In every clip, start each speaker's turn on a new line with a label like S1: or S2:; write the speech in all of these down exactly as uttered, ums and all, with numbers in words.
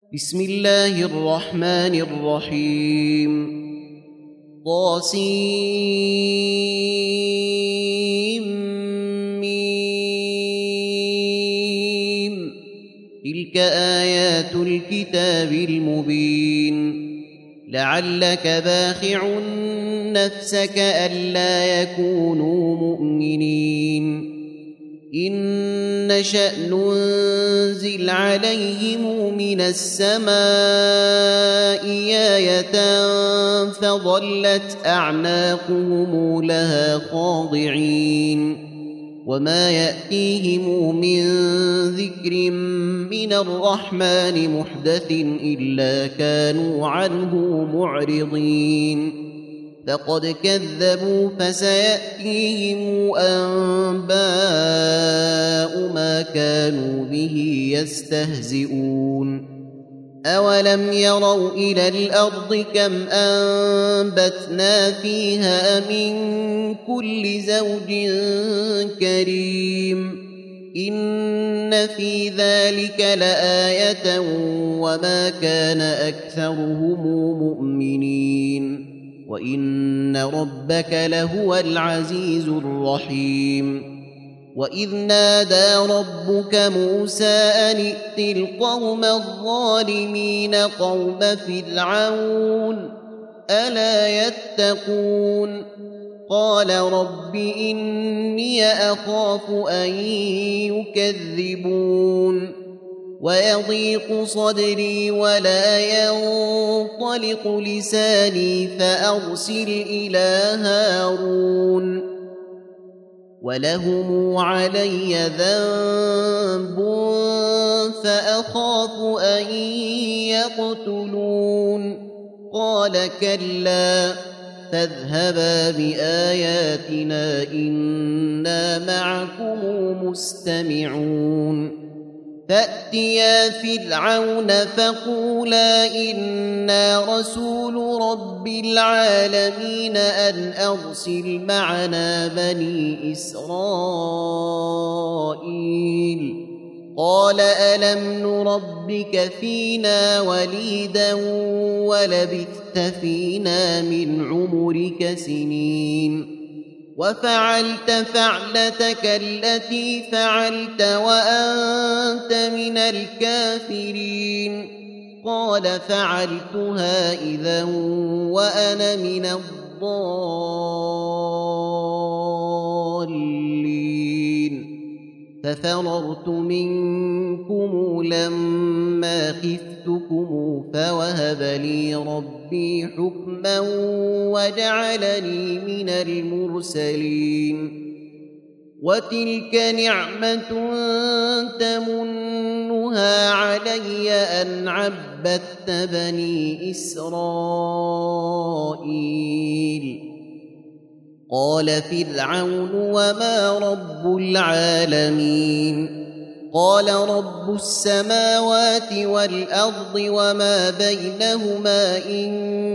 S1: بسم الله الرحمن الرحيم طاسيم تلك آيات الكتاب المبين لعلك باخع نفسك ألا يكونوا مؤمنين إن نشأ ننزل عليهم من السماء آية فظلت أعناقهم لها خاضعين وما يأتيهم من ذكر من الرحمن محدث إلا كانوا عنه معرضين فقد كذبوا فسيأتيهم أنباء ما كانوا به يستهزئون أولم يروا إلى الأرض كم أنبتنا فيها من كل زوج كريم إن في ذلك لآية وما كان أكثرهم مؤمنين وإن ربك لهو العزيز الرحيم وإذ نادى ربك موسى أن ائت القوم الظالمين قوم فرعون ألا يتقون قال رب إني أخاف أن يكذبون ويضيق صدري ولا ينطلق لساني فأرسل إلى هارون ولهم علي ذنب فأخاف أن يقتلون قال كلا فاذهبا بآياتنا إنا معكم مستمعون فأتيا فرعون فقولا إنا رسول رب العالمين أن أرسل معنا بني إسرائيل قال ألم نربك فينا وليدا ولبثت فينا من عمرك سنين وفعلت فعلتك التي فعلت وأنت من الكافرين قال فعلتها إذا وأنا من الضالين ففررت منكم لما خفتكم فوهب لي ربي حكما وجعلني من المرسلين وتلك نعمة تمنها علي أن عبدت بني إسرائيل قال فرعون وما رب العالمين قال رب السماوات والأرض وما بينهما إن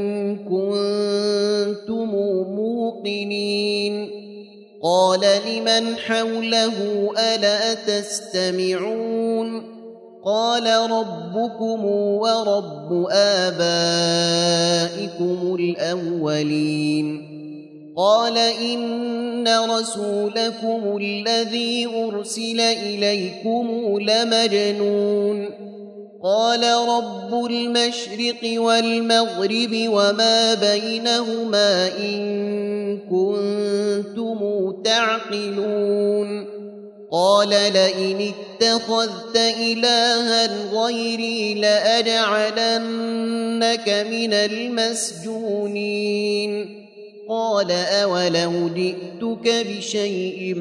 S1: كنتم موقنين قال لمن حوله ألا تستمعون قال ربكم ورب آبائكم الأولين قال إن رسولكم الذي أرسل إليكم لمجنون قال رب المشرق والمغرب وما بينهما إن كنتم تعقلون قال لئن اتخذت إلها غيري لأجعلنك من المسجونين قال أولو جئتك بشيء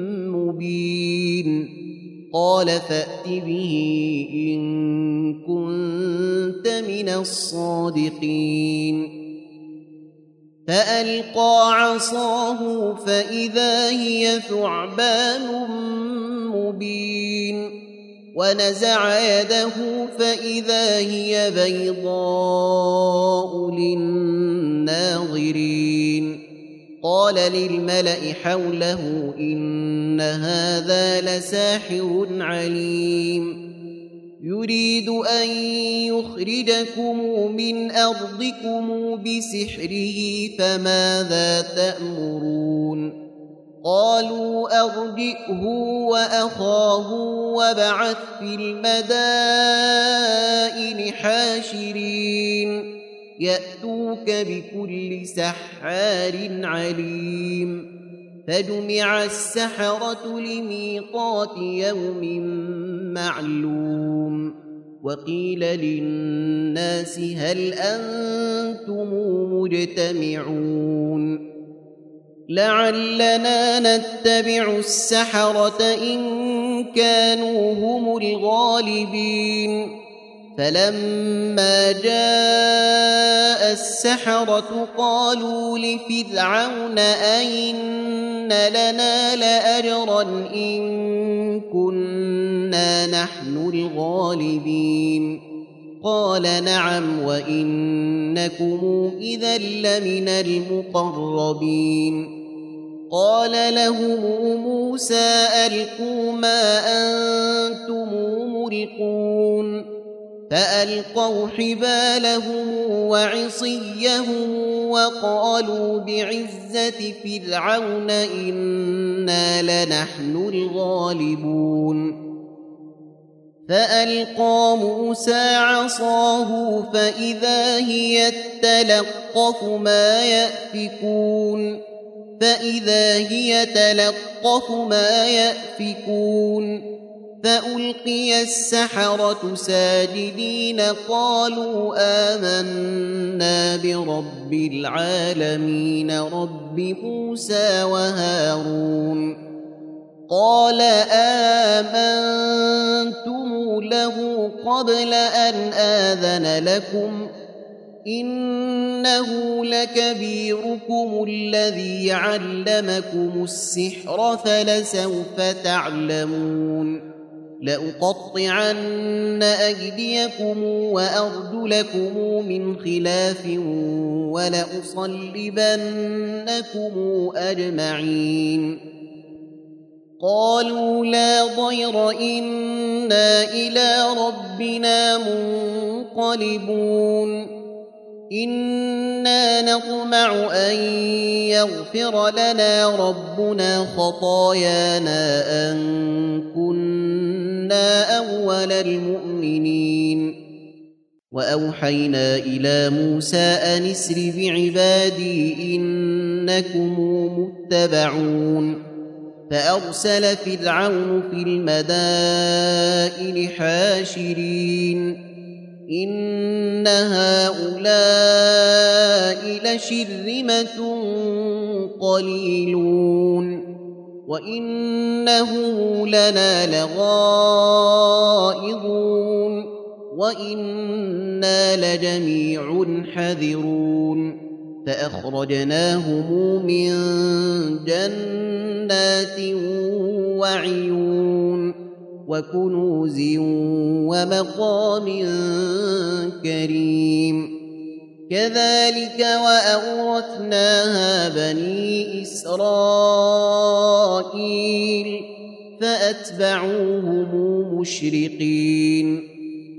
S1: مبين قال فأت به إن كنت من الصادقين فألقى عصاه فإذا هي ثعبان مبين ونزع يده فإذا هي بيضاء للناظرين قال للملأ حوله إن هذا لساحر عليم يريد أن يخرجكم من أرضكم بسحره فماذا تأمرون قالوا أرجئه وأخاه وابعث في المدائن حاشرين يأتوك بكل سحار عليم فجمع السحرة لميقات يوم معلوم وقيل للناس هل أنتم مجتمعون لعلنا نتبع السحرة إن كانوا هم الغالبين فلما جاء السحرة قالوا لفرعون أئن لنا لأجرا إن كنا نحن الغالبين قال نعم وإنكم إذا لمن المقربين قال لهم موسى ألقوا ما أنتم ملقون فألقوا حبالهم وعصيهم وقالوا بعزة فرعون إنا لنحن الغالبون فألقى موسى عصاه فإذا هي تلقف ما يأفكون فإذا هي تلقف ما يأفكون فألقي السحرة ساجدين قالوا آمنا برب العالمين رب موسى وهارون قال آمنتم له قبل أن آذن لكم إنه لكبيركم الذي علمكم السحر فلسوف تعلمون لأقطعن أيديكم وأرجلكم من خلاف ولأصلبنكم أجمعين قالوا لا ضير إنا إلى ربنا منقلبون إنا نطمع أن يغفر لنا ربنا خطايانا أن كنا أول المؤمنين وأوحينا إلى موسى أن اسر بعبادي إنكم متبعون فأرسل فرعون في المدائن حاشرين إن هؤلاء لشرذمة قليلون وإنهم لنا لغائظون وإنا لجميع حذرون فأخرجناهم من جنات وعيون وكنوز ومقام كريم كذلك وأورثناها بني إسرائيل فأتبعوهم مشرقين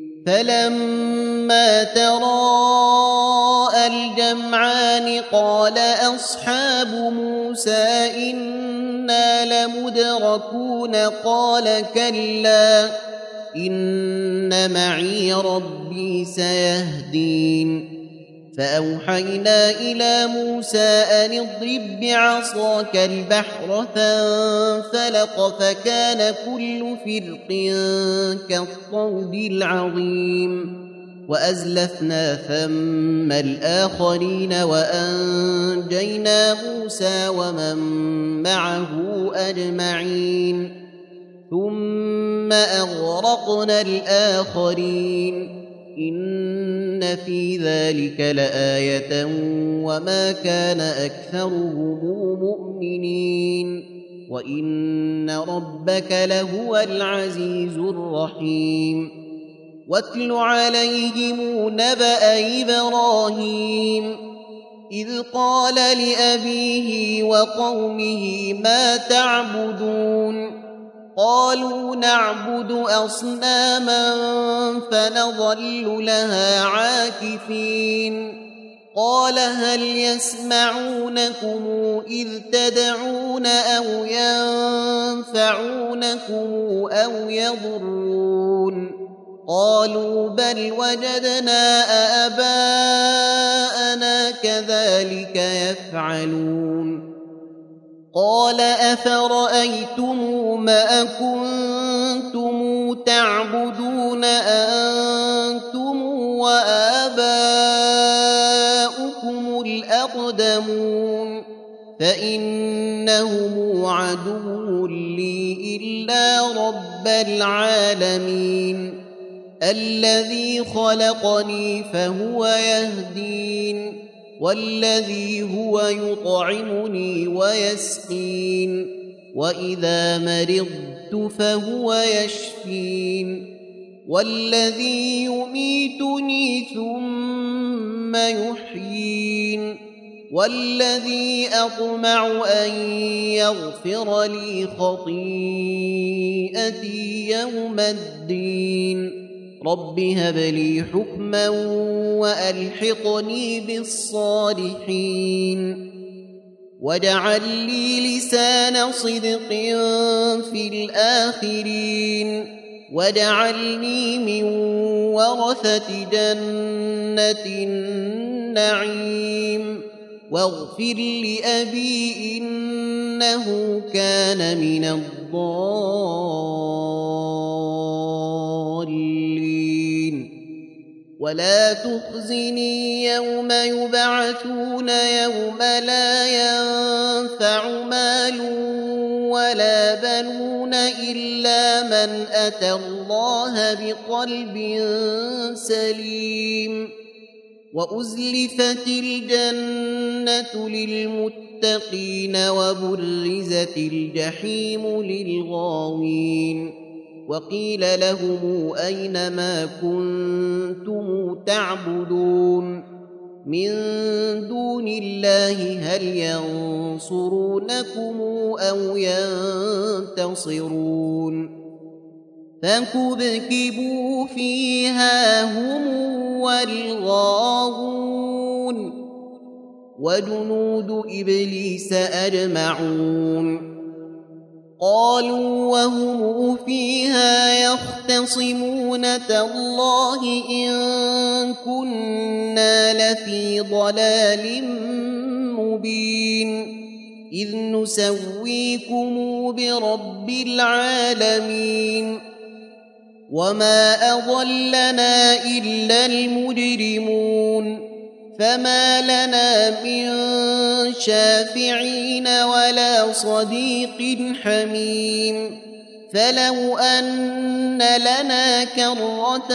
S1: فلما تراءى الجمعان قال أصحاب موسى إنا لمدركون قال كلا إن معي ربي سيهدين فأوحينا إلى موسى أن اضرب بعصاك البحر فانفلق فكان كل فرق كالطود العظيم وأزلفنا ثم الآخرين وأنجينا موسى ومن معه أجمعين ثم أغرقنا الآخرين إن في ذلك لآية وما كان أكثرهم مؤمنين وإن ربك لهو العزيز الرحيم واتل عليهم نبأ إبراهيم إذ قال لأبيه وقومه ما تعبدون قالوا نعبد أصناما فنظل لها عاكفين قال هل يسمعونكم إذ تدعون أو ينفعونكم أو يضرون قالوا بل وجدنا آباءنا كذلك يفعلون قال أفرأيتم ما كنتم تعبدون أنتم وآباؤكم الأقدمون فإنهم عدو لي إلا رب العالمين الذي خلقني فهو يهدين والذي هو يطعمني ويسقين وإذا مرضت فهو يشفين والذي يميتني ثم يحيين والذي أطمع أن يغفر لي خطيئتي يوم الدين رب هب لي حكما وألحقني بالصالحين واجعل لي لسان صدق في الآخرين واجعلني من ورثة جنة النعيم واغفر لأبي إنه كان من الضالين ولا تخزني يوم يبعثون يوم لا ينفع مال ولا بنون إلا من أتى الله بقلب سليم وأزلفت الجنة للمتقين وبرزت الجحيم للغاوين وقيل لهم أين ما كنتم تعبدون من دون الله هل ينصرونكم أو ينتصرون فكبكبوا فيها هم والغاوون وجنود إبليس أجمعون قالوا وهم فيها يختصمون تالله إن كنا لفي ضلال مبين إذ نسويكم برب العالمين وما أضلنا إلا المجرمون فما لنا من شافعين ولا صديق حميم فلو أن لنا كرة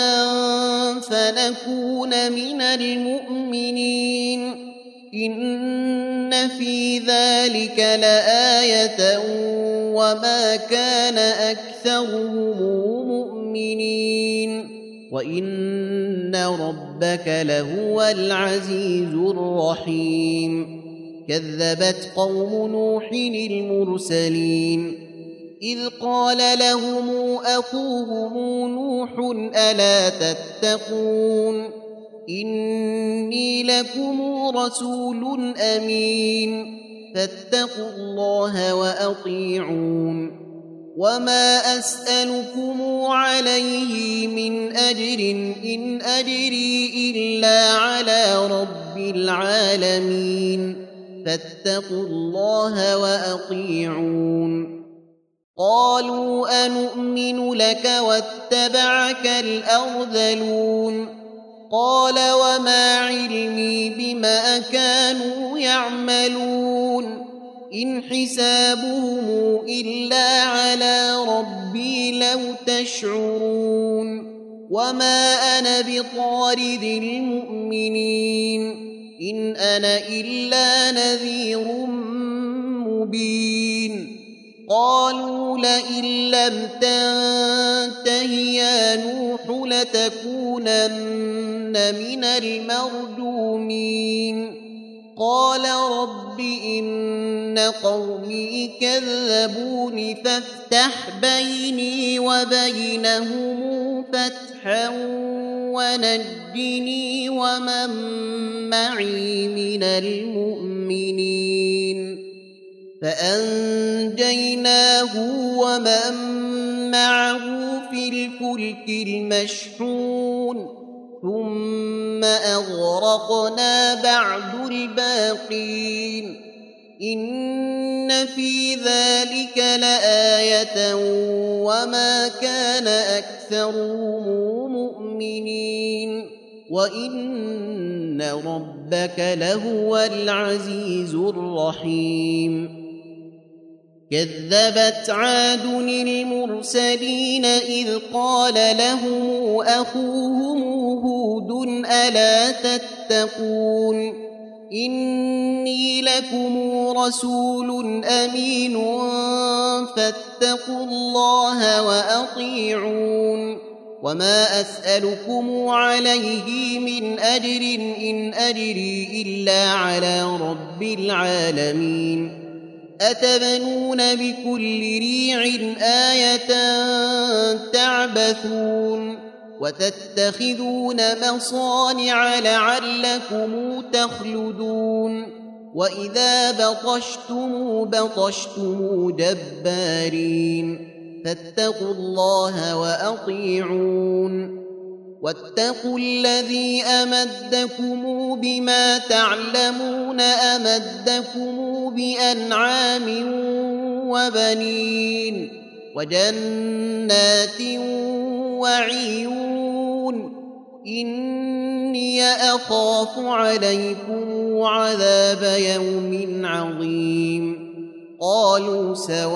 S1: فنكون من المؤمنين إن في ذلك لآية وما كان أكثرهم مؤمنين وإن ربك لهو العزيز الرحيم كذبت قوم نوح المرسلين إذ قال لهم أخوهم نوح ألا تتقون إني لكم رسول أمين فاتقوا الله وأطيعون وما أسألكم عليه من أجر إن أجري إلا على رب العالمين فاتقوا الله وأطيعون قالوا أنؤمن لك واتبعك الأرذلون قال وما علمي بما كانوا يعملون إن حسابهم إلا على ربي لو تشعرون وما أنا بطارد المؤمنين إن أنا إلا نذير مبين قالوا لئن لم تنته يا نوح لتكونن من المرجومين قال رب إن قومي كذبون فافتح بيني وبينهم فتحا ونجني ومن معي من المؤمنين فأنجيناه ومن معه في الفلك المشحون ثم أغرقنا بعد الباقين إن في ذلك لآية وما كان أكثرهم مؤمنين وإن ربك لهو العزيز الرحيم كذبت عاد المرسلين إذ قال لهم أخوهم هود ألا تتقون إني لكم رسول أمين فاتقوا الله وأطيعون وما أسألكم عليه من أجر إن أجري إلا على رب العالمين أتبنون بكل ريع آية تعبثون وتتخذون مصانع لعلكم تخلدون وإذا بطشتم بطشتم جبارين فاتقوا الله وأطيعون واتقوا الذي أمدكم بما تعلمون أمدكم بأنعام وبنين وجنات وعيون إني أخاف عليكم عذاب يوم عظيم قالوا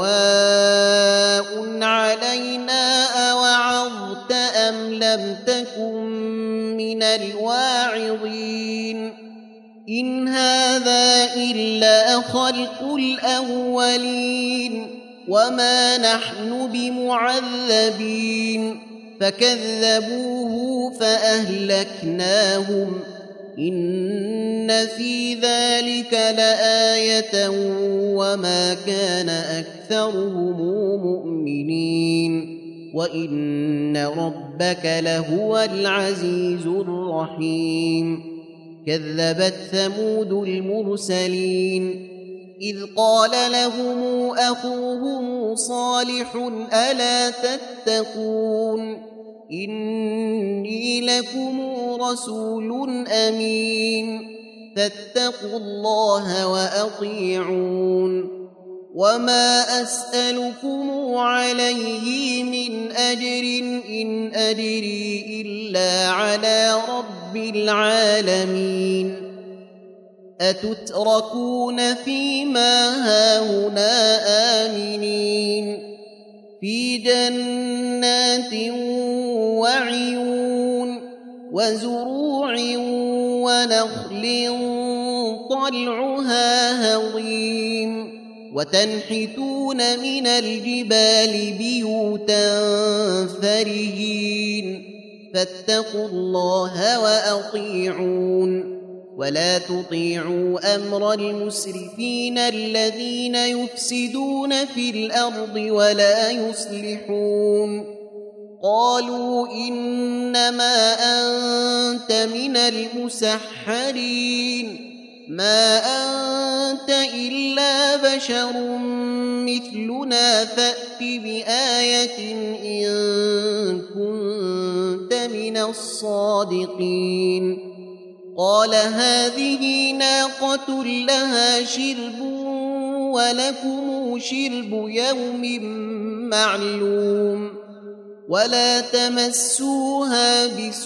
S1: سواء علينا أوعظت أم لم تكن من الواعظين إن هذا إلا خلق الأولين وما نحن بمعذبين فكذبوه فأهلكناهم إن في ذلك لآية وما كان أكثرهم مؤمنين وإن ربك لهو العزيز الرحيم كذبت ثمود المرسلين إذ قال لهم أخوهم صالح ألا تتقون إني لكم رسول أمين فاتقوا الله وأطيعون وما أسألكم عليه من أجر إن أجري إلا على رب العالمين أتتركون فيما هاهنا آمنين في جنات وعيون وزروع ونخل طلعها هضيم وتنحتون من الجبال بيوتا فرهين فاتقوا الله وأطيعون ولا تطيعوا أمر المسرفين الذين يفسدون في الأرض ولا يصلحون قالوا إنما أنت من المسحرين ما أنت إلا بشر مثلنا فأت بآية إن كنت من الصادقين قال هذه ناقة لها شرب ولكم شرب يوم معلوم ولا تمسوها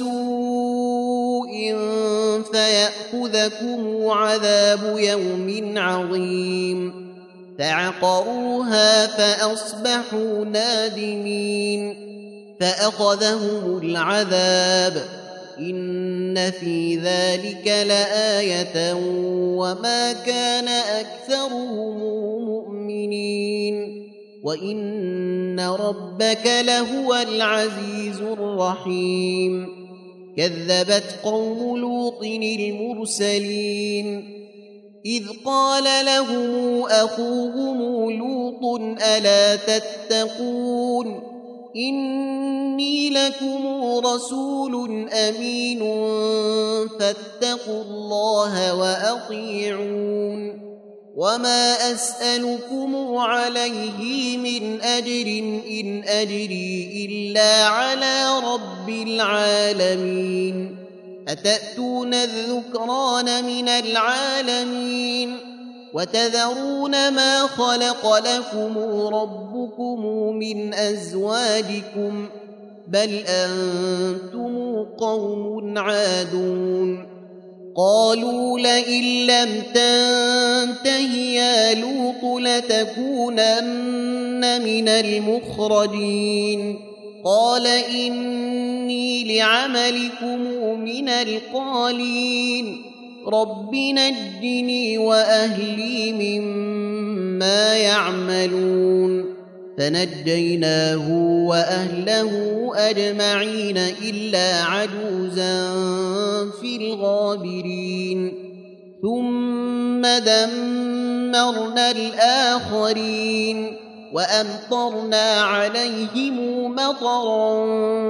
S1: بسوء فيأخذكم عذاب يوم عظيم فعقروها فأصبحوا نادمين فأخذهم العذاب إن في ذلك لآية وما كان أكثرهم مؤمنين وإن ربك لهو العزيز الرحيم كذبت قوم لوط المرسلين إذ قال لهم أخوهم لوط ألا تتقون إني لكم رسول أمين فاتقوا الله وأطيعون وما أسألكم عليه من أجر إن أجري إلا على رب العالمين أتأتون الذكران من العالمين وتذرون ما خلق لكم ربكم من أزواجكم بل أنتم قوم عادون قالوا لئن لم تنته يا لوط لتكونن من المخرجين قال إني لعملكم من القالين رب نجني وأهلي مما يعملون فنجيناه وأهله أجمعين إلا عجوزا في الغابرين ثم دمرنا الآخرين وأمطرنا عليهم مطرا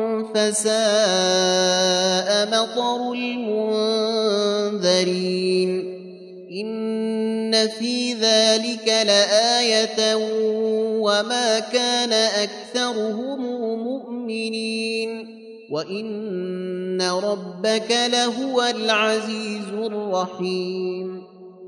S1: فساء مطر المنذرين إن في ذلك لآية وما كان أكثرهم مؤمنين وإن ربك لهو العزيز الرحيم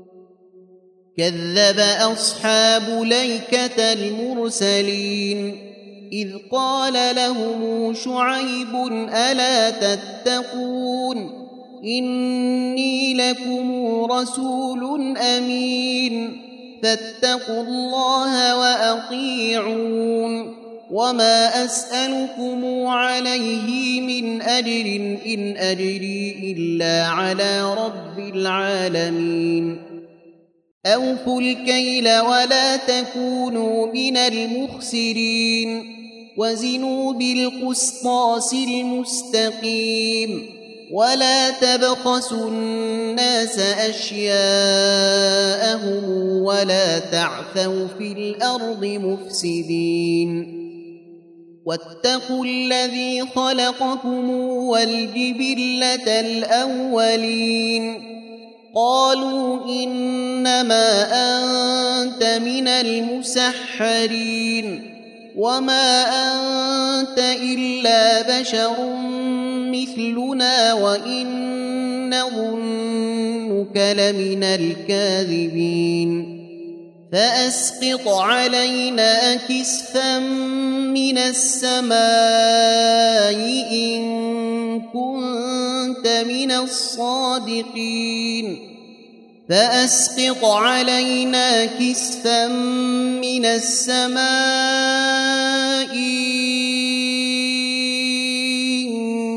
S1: كذب أصحاب ليكة المرسلين إذ قال لهم شعيب ألا تتقون إني لكم رسول أمين فاتقوا الله وأطيعون وما أسألكم عليه من أجر إن أجري إلا على رب العالمين أوفوا الكيل ولا تكونوا من المخسرين وزنوا بالقسطاس المستقيم ولا تبخسوا الناس أشياءهم ولا تعثوا في الأرض مفسدين واتقوا الذي خلقكم والجبلة الأولين قالوا إنما أنت من المسحرين وما أنت إلا بشر مثلنا وإن نظنك لمن الكاذبين فأسقط علينا كسفا من السماء إن كنت من الصادقين فأسقط علينا كسفا من السماء إن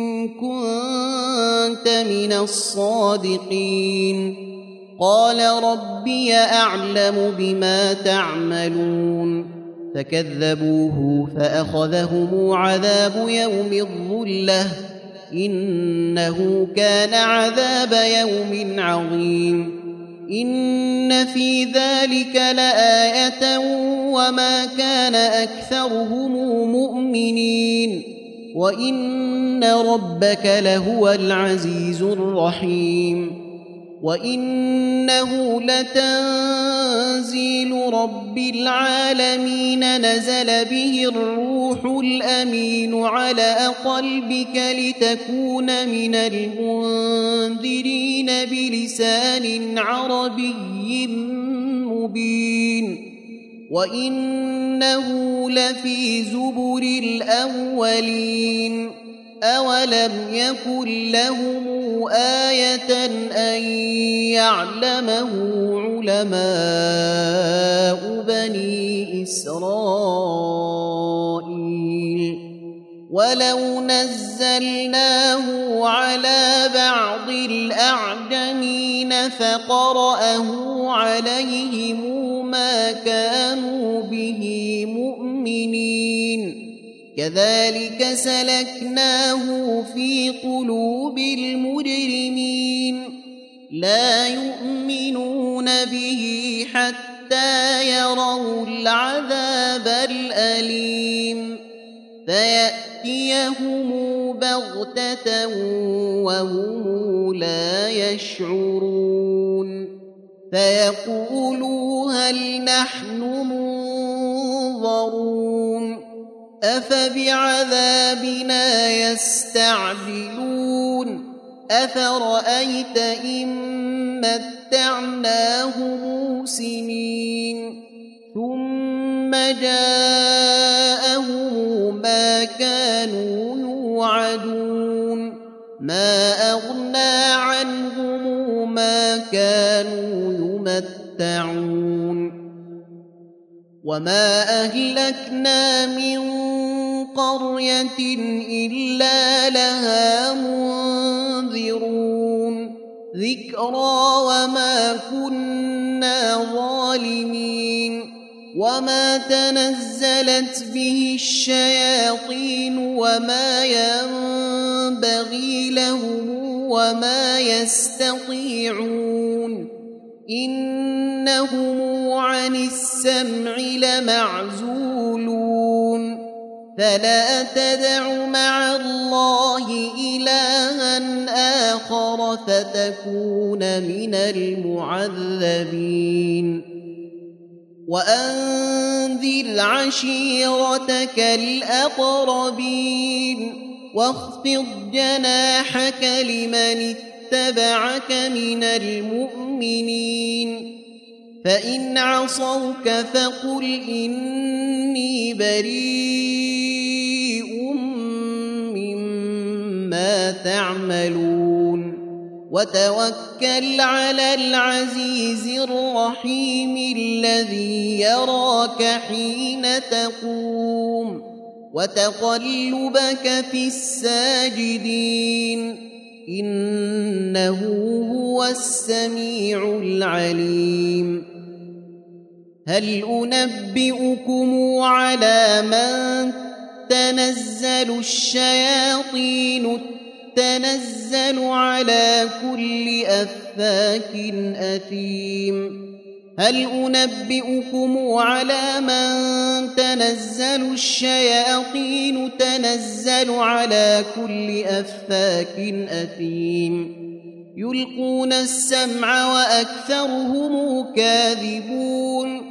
S1: كنت من الصادقين قال ربي أعلم بما تعملون فكذبوه فأخذهم عذاب يوم الظلة إنه كان عذاب يوم عظيم إن في ذلك لآية وما كان أكثرهم مؤمنين وإن ربك لهو العزيز الرحيم وإنه لتنزيل رب العالمين نزل به الروح الأمين على قلبك لتكون من المنذرين بلسان عربي مبين وإنه لفي زبر الأولين أولم يكن لهم آية أن يعلمه علماء بني إسرائيل ولو نزلناه على بعض الأعجمين فقرأه عليهم ما كانوا به مؤمنين كذلك سلكناه في قلوب المجرمين لا يؤمنون يؤمنون به حتى يروا العذاب الأليم فيأتيهم بغتة وهم لا يشعرون فيقولوا هل نحن منظرون أفبعذابنا يستعجلون أفرأيت إن متعناهم سنين ثم جاءهم ما كانوا يوعدون ما أغنى عنهم ما كانوا يمتعون وما أهلكنا من قرية إلا لها منذرون ذكرى وما كنا ظالمين وما تنزلت به الشياطين وما ينبغي لهم وما يستطيعون إنهم عن السمع لمعزولون فلا تدع مع الله إلها آخر فتكون من المعذبين وأنذر عشيرتك الأقربين واخفض جناحك لمن اتبعك من المؤمنين فإن عصوك فقل إني بريء مما تعملون وتوكل على العزيز الرحيم الذي يراك حين تقوم وتقلبك في الساجدين إنه هو السميع العليم هل أنبئكم على من تنزل الشياطين تنزل على كل أفاك أثيم هل أنبئكم على من تنزل الشياطين تنزل على كل أفاك أثيم يلقون السمع وأكثرهم كاذبون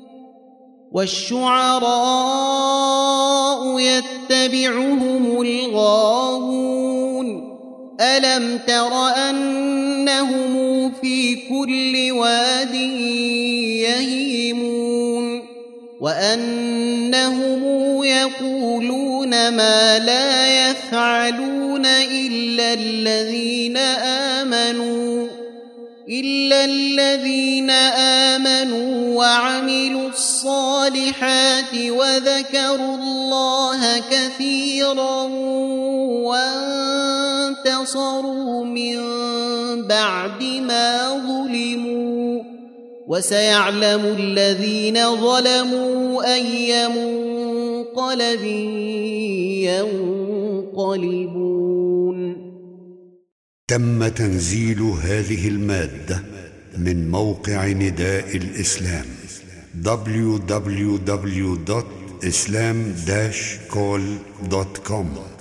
S1: والشعراء يتبعهم الغاوون ألم تر أنهم في كل واد يهيمون وأنهم يقولون ما لا يفعلون إلا الذين آمنوا إلا الذين آمنوا وعملوا الصالحات وذكروا الله كثيرا وانتصروا من بعد ما ظلموا وسيعلم الذين ظلموا أي منقلب ينقلبون.
S2: تم تنزيل هذه المادة من موقع نداء الإسلام دبليو دبليو دبليو دوت إسلام داش كول دوت كوم.